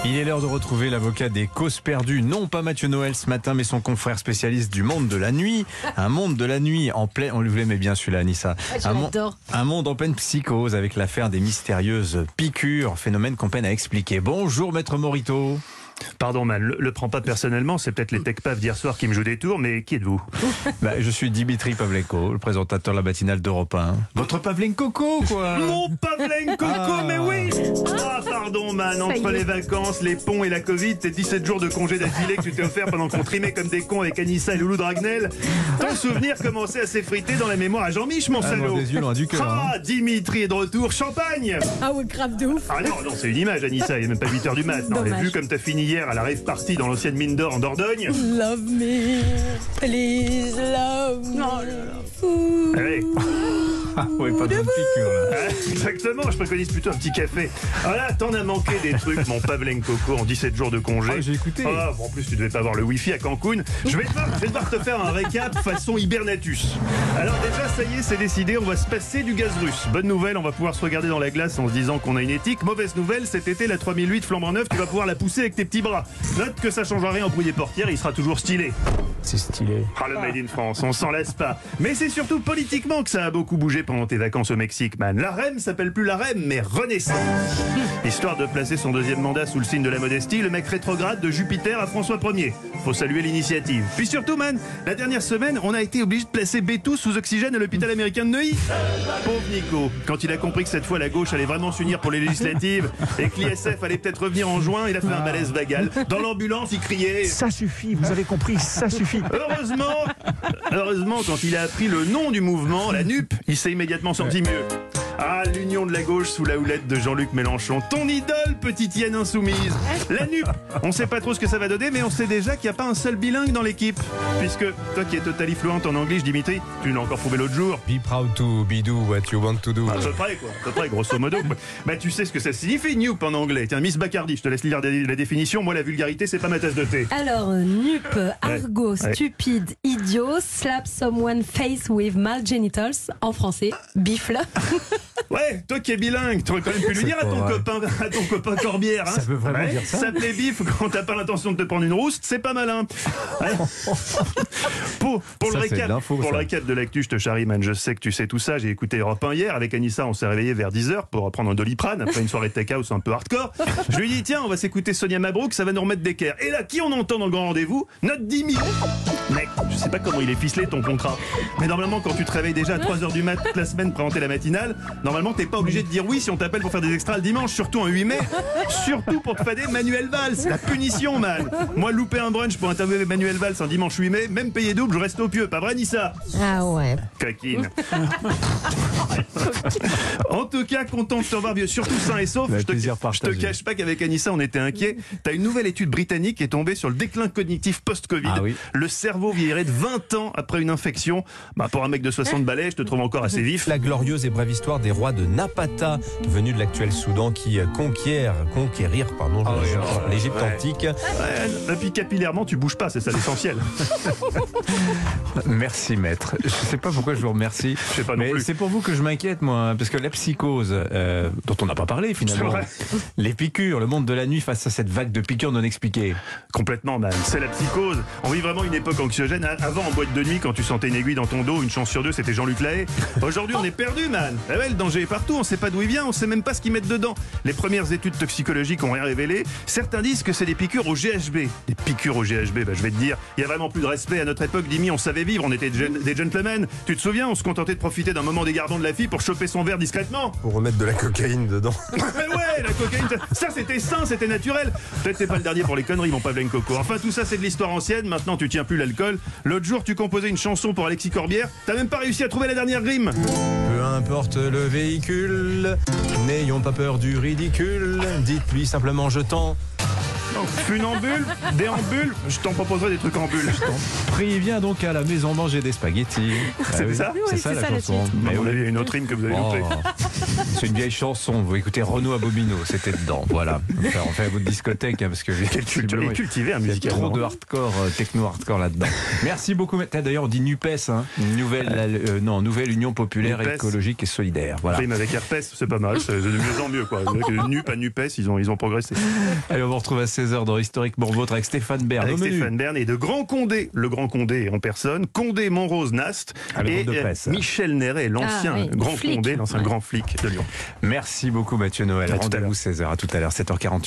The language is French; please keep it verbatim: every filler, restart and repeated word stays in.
Il est l'heure de retrouver l'avocat des causes perdues. Non pas Mathieu Noël ce matin, mais son confrère spécialiste du monde de la nuit. Un monde de la nuit en pleine... On lui aimait bien celui-là, Anissa. Ah, un, mon... un monde en pleine psychose avec l'affaire des mystérieuses piqûres. Phénomène qu'on peine à expliquer. Bonjour Maître Morito. Pardon man, le, le prends pas personnellement, c'est peut-être les tech-paves d'hier soir qui me jouent des tours, mais qui êtes-vous? bah, Je suis Dimitri Pavlenko, le présentateur de la matinale d'Europe un. Votre Pavlenko quoi. Mon Pavlenko, ah. mais oui. Ah pardon man, entre les vacances, les ponts et la Covid, tes dix-sept jours de congé d'affilée que tu t'es offert pendant qu'on trimait comme des cons avec Anissa et Loulou Dragnel, ton souvenir commençait à s'effriter dans la mémoire à Jean-Mich, mon ah, salaud. Des yeux loin du cœur. Ah, hein. Dimitri est de retour, champagne. Ah ouais, grave de ouf. Ah non, non, c'est une image Anissa, il est même pas huit heures du mat. Non, mais vu comme t'as fini hier à la rave party dans l'ancienne mine d'or en Dordogne. Love me, please love me. Non, ah oui. Ah ouais, pas de bonne piqûre là. Ah, exactement, je préconise plutôt un petit café. Voilà, t'en as manqué des trucs, mon Pavlenko en dix-sept jours de congé. Ah, j'ai écouté. Ah, bon, en plus, tu devais pas avoir le wifi à Cancun. Je vais, devoir, je vais devoir te faire un récap façon hibernatus. Alors déjà, ça y est, c'est décidé, on va se passer du gaz russe. Bonne nouvelle, on va pouvoir se regarder dans la glace en se disant qu'on a une éthique. Mauvaise nouvelle, cet été, la trois mille huit flambant neuf, tu vas pouvoir la pousser avec tes petits bras. Note que ça changera rien au brouillé portière, il sera toujours stylé. C'est stylé. Ah, le Made in France, on s'en lasse pas. Mais c'est surtout politiquement que ça a beaucoup bougé pendant tes vacances au Mexique, man. La REM s'appelle plus la REM, mais Renaissance. Histoire de placer son deuxième mandat sous le signe de la modestie, le mec rétrograde de Jupiter à François Ier. Faut saluer l'initiative. Puis surtout, man, la dernière semaine, on a été obligé de placer Bétou sous oxygène à l'hôpital américain de Neuilly. Pauvre Nico, quand il a compris que cette fois la gauche allait vraiment s'unir pour les législatives et que l'I S F allait peut-être revenir en juin, il a fait un malaise vagal. Dans l'ambulance, il criait... Ça suffit, vous avez compris, ça suffit. Heureusement, heureusement, quand il a appris le nom du mouvement, la N U P, il s'est immédiatement senti mieux. Ah, l'union de la gauche sous la houlette de Jean-Luc Mélenchon. Ton idole, petite hyène insoumise. La N U P. On sait pas trop ce que ça va donner, mais on sait déjà qu'il n'y a pas un seul bilingue dans l'équipe. Puisque, toi qui es totally fluente en anglais, Dimitri, tu l'as encore prouvé l'autre jour. Be proud to be do what you want to do. À peu près, quoi. À peu près, grosso modo. Bah, tu sais ce que ça signifie, N U P en anglais. Tiens, Miss Bacardi, je te laisse lire la définition. Moi, la vulgarité, c'est pas ma tasse de thé. Alors, N U P, argot, ouais. Stupide, idiot, slap someone face with mal genitals. En français, bifle. Ouais, toi qui es bilingue, t'aurais quand même pu lui dire à ton, copain, à ton copain Corbière. Hein. Ça veut vraiment ouais, dire ça. S'appeler bif quand t'as pas l'intention de te prendre une rouste, c'est pas malin. Ouais. Pour, pour, ça, le, récap, pour le récap de l'actu, je te charrie, man. Je sais que tu sais tout ça. J'ai écouté Europe un hier. Avec Anissa, on s'est réveillé vers dix heures pour prendre un Doliprane après une soirée de take-out un peu hardcore. Je lui ai dit, tiens, on va s'écouter Sonia Mabrouk, ça va nous remettre d'équerre. Et là, qui on entend dans le grand rendez-vous? Notre Dimi. Mec, je sais pas comment il est ficelé ton contrat. Mais normalement, quand tu te réveilles déjà à trois heures du mat toute la semaine pour présenter la matinale, normalement, t'es pas obligé de dire oui si on t'appelle pour faire des extras le dimanche, surtout en huit mai. Surtout pour te fader Manuel Valls. La punition, man. Moi, louper un brunch pour interviewer Manuel Valls un dimanche huit mai, même payé double, je reste au pieu. Pas vrai, Nissa? Ah ouais. Coquine. En tout cas, content de te revoir, surtout sain et sauf. Je te, je te cache pas qu'avec Anissa, on était inquiets. T'as une nouvelle étude britannique qui est tombée sur le déclin cognitif post-Covid. Ah oui. Le cerveau vieillirait de vingt ans après une infection. Bah, pour un mec de soixante balais, je te trouve encore assez vif. La glorieuse et brève histoire des rois de Napata, venus de l'actuel Soudan, qui conquièrent, conquérir pardon, ah oui, l'Égypte ouais. antique. Ouais, et puis capillairement, tu bouges pas, c'est ça l'essentiel. Merci maître. Je sais pas pourquoi je vous remercie. Je sais pas non mais plus. C'est pour vous que je m'inquiète moi, parce que la psychose, euh, dont on n'a pas parlé finalement, les piqûres, le monde de la nuit face à cette vague de piqûres non expliquées. Complètement, man. C'est la psychose. On vit vraiment une époque anxiogène. Avant, en boîte de nuit, quand tu sentais une aiguille dans ton dos, une chance sur deux, c'était Jean-Luc Lahaye. Aujourd'hui, on est perdu, man. Eh ouais, le danger est partout. On sait pas d'où il vient. On sait même pas ce qu'ils mettent dedans. Les premières études toxicologiques ont rien révélé. Certains disent que c'est des piqûres au G H B. Des piqûres au G H B, bah, je vais te dire, il y a vraiment plus de respect à notre époque. Dimi, on savait vivre. On était des gentlemen. Tu te souviens, on se contentait de profiter d'un moment dégardant de la fille pour choper son verre discrètement. Pour remettre de la cocaïne dedans. Mais ouais, la cocaïne, ça c'était sain, c'était naturel. Peut-être t'es pas le dernier pour les conneries, mon Pavlenko. Enfin, tout ça c'est de l'histoire ancienne. Maintenant, tu tiens plus l'alcool. L'autre jour, tu composais une chanson pour Alexis Corbière. T'as même pas réussi à trouver la dernière rime. Peu importe le véhicule, n'ayons pas peur du ridicule. Dites-lui simplement je t'en Funambule, déambule, je t'en proposerai des trucs en bulle. Prie, viens donc à la maison manger des spaghettis. C'est Ah oui, ça C'est Oui, ça c'est la ça, la chanson. suite. Mais Mais on oui. avait une autre rime que vous avez Oh, loupée. c'est une vieille chanson. Vous écoutez Renaud Abomino, c'était dedans. Voilà. Enfin, on fait votre discothèque hein, parce que Quel culture visiblement, est cultivé, un il y a musicalement. trop de hardcore, euh, techno-hardcore là-dedans. Merci beaucoup. T'as D'ailleurs, on dit NUPES, hein, une nouvelle, euh, non, nouvelle Union populaire, NUPES. écologique et solidaire. Voilà. Rime avec herpès, c'est pas mal, c'est de mieux en mieux. Quoi. Nu, pas NUPES, ils ont, ils ont progressé. Allez, on vous retrouve à seize heures dans Historiquement Vôtre avec Stéphane Bern. Avec Au menu. Stéphane Bern et de Grand Condé, le Grand Condé en personne, Condé Montrose Nast Ah, le et groupe de euh, presse. Michel Néret, l'ancien Ah, oui, Grand flic. Condé, l'ancien Ouais. grand flic de Lyon. Merci beaucoup Mathieu Noël. À tout à Rendez-vous l'heure. seize heures. À tout à l'heure, sept heures quarante-huit.